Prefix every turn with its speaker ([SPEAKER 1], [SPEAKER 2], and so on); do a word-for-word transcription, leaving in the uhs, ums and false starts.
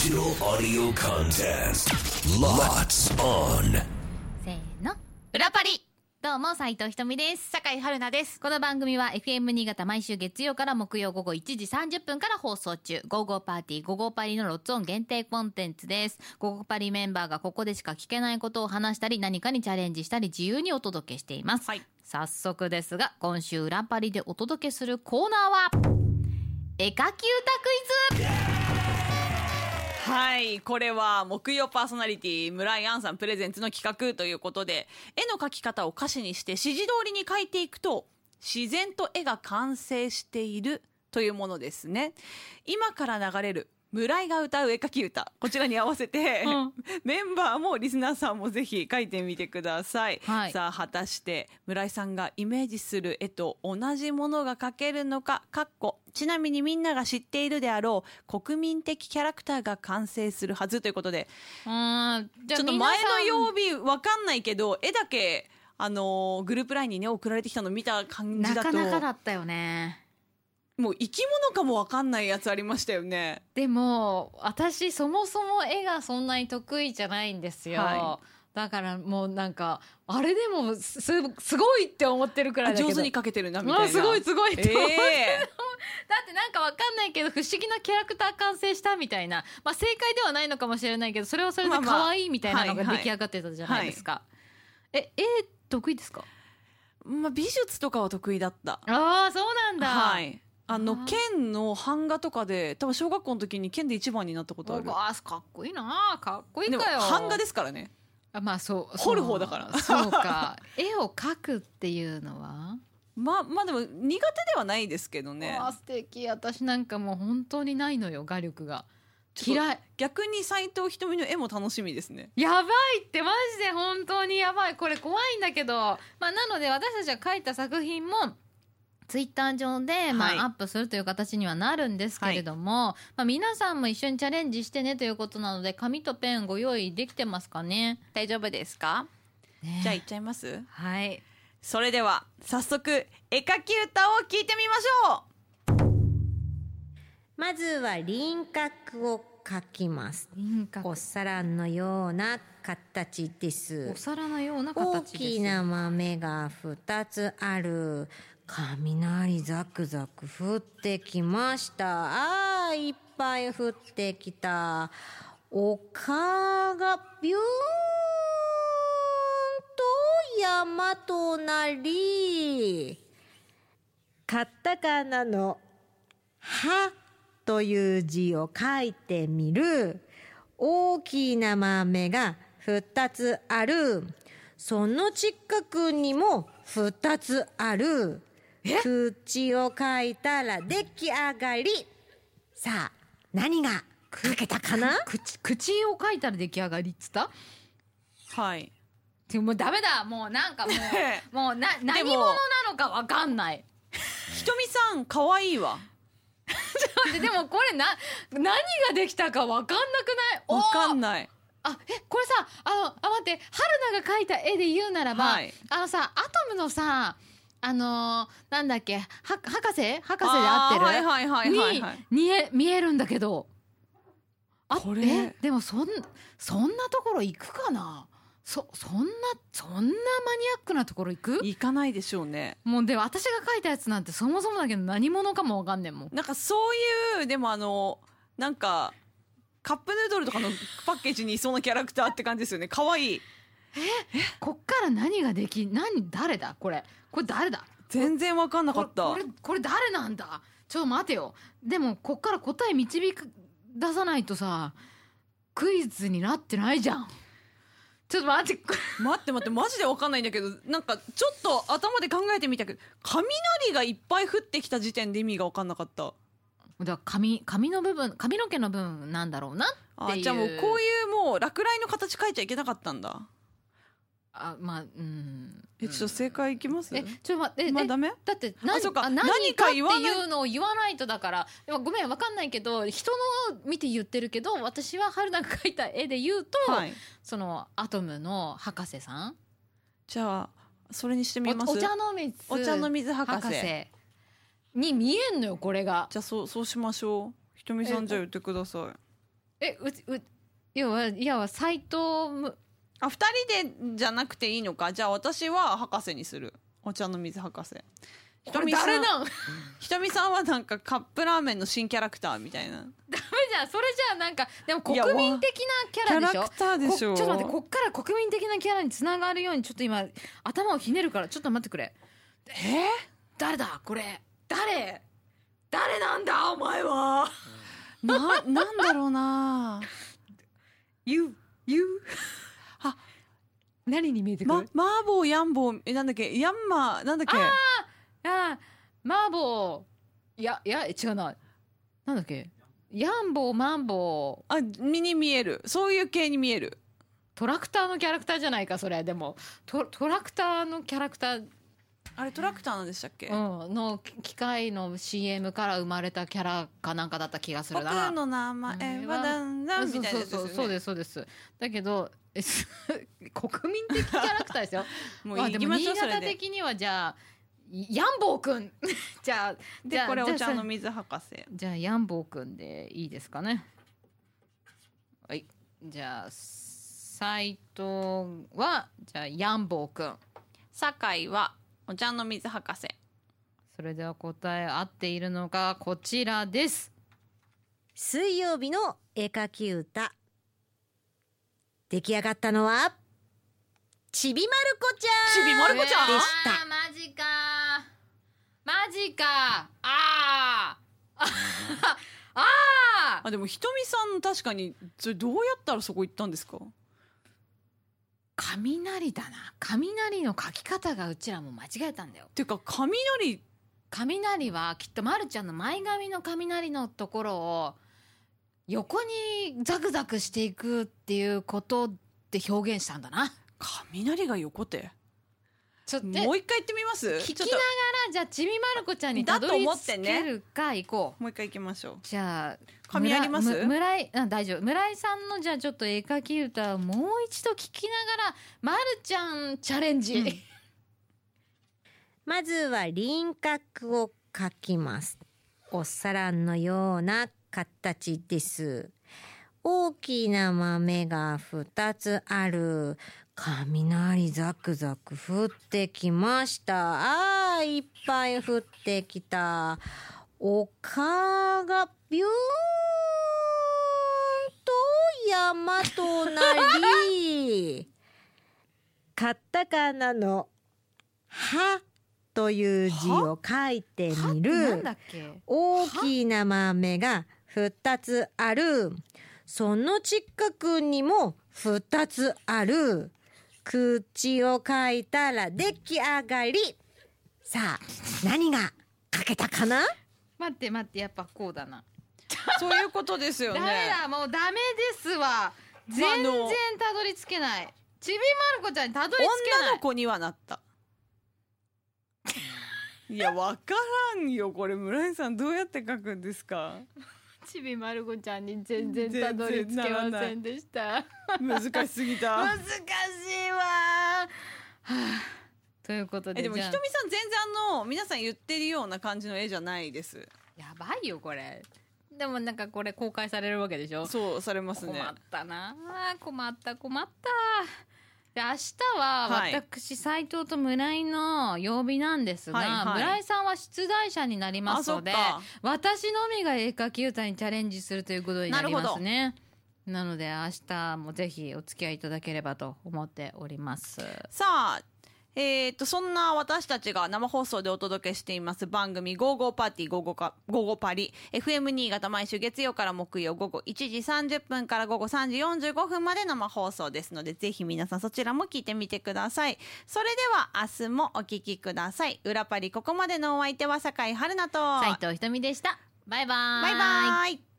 [SPEAKER 1] Digital audio contest. Lots on.
[SPEAKER 2] せーの、裏パリ。どうも斉藤ひとみです。
[SPEAKER 3] 酒井春菜です。
[SPEAKER 2] この番組は エフエム 新潟毎週月曜から木曜午後いちじさんじゅっぷんから放送中、ゴーゴーパーティーゴーゴーパリのロッツオン限定コンテンツです。ゴーゴーパリメンバーがここでしか聞けないことを話したり、何かにチャレンジしたり自由にお届けしています、
[SPEAKER 3] はい、
[SPEAKER 2] 早速ですが、今週裏パリでお届けするコーナーは絵描き歌クイズ。
[SPEAKER 3] はい、これは木曜パーソナリティ村井杏さんプレゼンツの企画ということで、絵の描き方を歌詞にして指示通りに描いていくと自然と絵が完成しているというものですね。今から流れる村井が歌う絵描き歌、こちらに合わせて、うん、メンバーもリスナーさんもぜひ描いてみてください、はい、さあ果たして村井さんがイメージする絵と同じものが描けるのか、かっこちなみにみんなが知っているであろう国民的キャラクターが完成するはずということで、うーん、じゃあちょっと前の曜日わかんないけど絵だけ、あのー、グループラインにね送られてきたの見た感じだと
[SPEAKER 2] なかなかだったよね。
[SPEAKER 3] もう生き物かも分かんないやつありましたよね。
[SPEAKER 2] でも私そもそも絵がそんなに得意じゃないんですよ、はい、だからもうなんかあれでも す, すごいって思ってるくらいだけど、
[SPEAKER 3] 上手に描けてるなみたいな、
[SPEAKER 2] すごいすごいって思ってる、
[SPEAKER 3] えー、
[SPEAKER 2] だってなんか分かんないけど不思議なキャラクター完成したみたいな、まあ、正解ではないのかもしれないけど、それはそれで可愛いみたいなのが出来上がってたじゃないですか、まあまあはいはい、え絵得意ですか？
[SPEAKER 3] まあ、美術とかは得意だった。
[SPEAKER 2] ああそうなんだ。
[SPEAKER 3] はい、あの県の版画とかで多分小学校の時に県で一番になったことある。
[SPEAKER 2] あかっこいいな、かっこいいかよ。
[SPEAKER 3] でも版画ですからね。
[SPEAKER 2] あ、まあそう
[SPEAKER 3] 彫る方だから。
[SPEAKER 2] そうか絵を描くっていうのは
[SPEAKER 3] まあまあでも苦手ではないですけどね。
[SPEAKER 2] あ素敵。私なんかもう本当にないのよ、画力が嫌い。
[SPEAKER 3] 逆に斉藤ひとみの絵も楽しみですね。
[SPEAKER 2] やばいってマジで本当にやばい。これ怖いんだけど、まあ、なので私たちが描いた作品もツイッター上で、まあはい、アップするという形にはなるんですけれども、はい、まあ、皆さんも一緒にチャレンジしてねということなので、紙とペンご用意できてますかね？
[SPEAKER 3] 大丈夫ですか、ね、じゃあいっちゃいます。
[SPEAKER 2] はい、
[SPEAKER 3] それでは早速絵描き歌を聞いてみましょう。
[SPEAKER 4] まずは輪郭を描きます。
[SPEAKER 2] 輪郭、
[SPEAKER 4] お皿のような形です。
[SPEAKER 2] お皿のような形です。
[SPEAKER 4] 大きな豆がふたつある。雷ザクザク降ってきました。あーいっぱい降ってきた。丘がビューンと山となり、カタカナのはという字を書いてみる。大きな豆がふたつある。その近くにもふたつある。口を書いたら出来上がり。さあ何が書けたかな？
[SPEAKER 2] 口, 口を書いたら出来上がりっつった？
[SPEAKER 3] はい。
[SPEAKER 2] でもダメだ、もうなんかもうもうな何者なのか分かんない。
[SPEAKER 3] ひとみさん可愛いわ。
[SPEAKER 2] でもこれな何ができたか分かんなくない？
[SPEAKER 3] 分かんない。
[SPEAKER 2] あえこれさ、あのあ待って、春菜が描いた絵で言うならば、はい、あのさアトムのさ、あのー、なんだっけ、は博士博士で合ってる、
[SPEAKER 3] はいはいはいはいはい、
[SPEAKER 2] に見え見えるんだけど、あ
[SPEAKER 3] これ
[SPEAKER 2] えでもそんそんなところ行くかな。そそんなそんなマニアックなところ行く？
[SPEAKER 3] 行かないでしょうね。
[SPEAKER 2] もうで私が描いたやつなんてそもそもだけど何者かもわかんねんもん。
[SPEAKER 3] なんかそういうでもあのなんかカップヌードルとかのパッケージにいそうなキャラクターって感じですよね。可愛い。
[SPEAKER 2] ええこっから何ができ何誰だこれこれ誰だ？
[SPEAKER 3] 全然分かんなかった。
[SPEAKER 2] これこれ、これ誰なんだ？ちょっと待てよ。でもこっから答え導く出さないとさクイズになってないじゃん。ちょっと待って
[SPEAKER 3] 待って待ってマジで分かんないんだけど、なんかちょっと頭で考えてみたけど雷がいっぱい降ってきた時点で意味が分かんなかった。
[SPEAKER 2] だから髪髪の部分髪の毛の部分なんだろうなっていう。
[SPEAKER 3] あじゃあもうこういうもう落雷の形変えちゃいけなかったんだ。
[SPEAKER 2] あまあうん
[SPEAKER 3] えちょっと正解いきます？
[SPEAKER 2] えちょっと待って、
[SPEAKER 3] まあ、ダメ？
[SPEAKER 2] だって何
[SPEAKER 3] か
[SPEAKER 2] あ何かっていうのを言わないと。だからでもごめん分かんないけど人の見て言ってるけど、私は春菜が描いた絵で言うと、はい、そのアトムの博士さん。
[SPEAKER 3] じゃあそれにしてみます？
[SPEAKER 2] お, お茶の水
[SPEAKER 3] お茶の水博士、
[SPEAKER 2] 博士に見えんのよこれが。
[SPEAKER 3] じゃあそうそうしましょう。ひとみさんじゃあ言ってください。
[SPEAKER 2] えうう要はいやサイトむ
[SPEAKER 3] あ、二人でじゃなくていいのか。じゃあ私は博士にする。お茶の水博士。ひ
[SPEAKER 2] ことれ
[SPEAKER 3] みさん
[SPEAKER 2] 誰なん？ダメ
[SPEAKER 3] ひとみさんはなんかカップラーメンの新キャラクターみたいな。
[SPEAKER 2] じゃん。それじゃあなんかでも国民的なキャラでしょ。
[SPEAKER 3] キャラクターでしょ。
[SPEAKER 2] こちょっと待って、こっから国民的なキャラにつながるようにちょっと今頭をひねるからちょっと待ってくれ。
[SPEAKER 3] え
[SPEAKER 2] 誰だこれ？誰？誰なんだお前は。
[SPEAKER 3] な、なんだろうな。
[SPEAKER 2] ゆゆ
[SPEAKER 3] あ、
[SPEAKER 2] 何に見えてくる？
[SPEAKER 3] ま、麻婆ヤンボー、え、なんだっけ、ヤンマー、なんだっけ。
[SPEAKER 2] ああ、麻婆、いやいや違うな、なんだっけ、ヤンボーマンボー、
[SPEAKER 3] あ、身に見える。そういう系に見える。
[SPEAKER 2] トラクターのキャラクターじゃないかそれ。でも ト, トラクターのキャラクター、
[SPEAKER 3] あれトラクターなんでしたっけ。
[SPEAKER 2] うん、の機械の シーエム から生まれたキャラかなんかだった気がする
[SPEAKER 3] 僕
[SPEAKER 2] な。
[SPEAKER 3] の名前はだんだんみたいなやつですよね。
[SPEAKER 2] そうですそうですだけどえ国民的キャラクターですよ。
[SPEAKER 3] もう
[SPEAKER 2] まあ、
[SPEAKER 3] 行きましょう。
[SPEAKER 2] でも新潟
[SPEAKER 3] それで。
[SPEAKER 2] 的にはじゃあヤンボーくんじゃあじ
[SPEAKER 3] で
[SPEAKER 2] ゃあじゃあ
[SPEAKER 3] これお茶の水博士。
[SPEAKER 2] じゃあヤンボーくんでいいですかね。はい、じゃあ斉藤はじゃあヤンボーくん、
[SPEAKER 3] 酒井はお茶の水博士。
[SPEAKER 2] それでは答え合っているのかこちらです。
[SPEAKER 4] 水曜日の絵描き歌、出来上がったのはちびまる子ちゃん。
[SPEAKER 3] ちびまる子ちゃん
[SPEAKER 4] でした。
[SPEAKER 2] あーマジかマジかあーああ
[SPEAKER 3] あ、でもひとみさん確かにそれどうやったらそこ行ったんですか。
[SPEAKER 2] 雷だな。雷の書き方がうちらも間違えたんだよ。
[SPEAKER 3] ていうか雷。
[SPEAKER 2] 雷はきっとまるちゃんの前髪の雷のところを横にザクザクしていくっていうことで表現したんだな。
[SPEAKER 3] 雷が横手。
[SPEAKER 2] ちょっと
[SPEAKER 3] もう一回言ってみます。
[SPEAKER 2] 聞きなが
[SPEAKER 3] ちょっと
[SPEAKER 2] らじゃあちびまる子ちゃんにたどり着けるか行こう。
[SPEAKER 3] もう一回行きましょう。
[SPEAKER 2] じゃあ
[SPEAKER 3] 紙あります
[SPEAKER 2] 村村井あ大丈夫。村井さんのじゃあちょっと絵描き歌をもう一度聞きながらまるちゃんチャレンジ、うん、
[SPEAKER 4] まずは輪郭を描きます。お皿のような形です。大きな豆がふたつある。雷ザクザク降ってきました。あーいっぱい降ってきた。丘がビューンと山となりカタカナのはという字を書いてみる。大きな豆がふたつある。その近くにもふたつある。口を書いたら出来上がり。さあ何が書けたかな。
[SPEAKER 2] 待って待ってやっぱこうだな。
[SPEAKER 3] そういうことですよね。
[SPEAKER 2] ダメだもうダメですわ。全然たどり着けない。ちびまる子ちゃんにたどり着けない。
[SPEAKER 3] 女の子にはなったいやわからんよこれ。村井さんどうやって書くんですか。
[SPEAKER 2] ちびまる子ちゃんに全然たどり着けませんでした。
[SPEAKER 3] 難しすぎた。
[SPEAKER 2] 難しいわ、はあ、ということで
[SPEAKER 3] えでもひとみさん全然あの皆さん言ってるような感じの絵じゃないです。
[SPEAKER 2] やばいよこれ。でもなんかこれ公開されるわけでしょ。
[SPEAKER 3] そうされますね。
[SPEAKER 2] 困ったな困った困った。で明日は私斉、はい、藤と村井の曜日なんですが、はいはい、村井さんは出題者になりますので私のみが絵描き歌にチャレンジするということになりますね。 な, なので明日もぜひお付き合いいただければと思っております。
[SPEAKER 3] さあえー、とそんな私たちが生放送でお届けしています番組ゴーゴーパーティーゴーゴーかゴーゴーパリ エフエム 新潟毎週月曜から木曜午後いちじさんじゅっぷんから午後さんじよんじゅうごふんまで生放送ですのでぜひ皆さんそちらも聞いてみてください。それでは明日もお聞きください。裏パリここまでのお相手は酒井春菜と
[SPEAKER 2] 斉藤ひとみでした。バイバーイ。
[SPEAKER 3] バイバイ。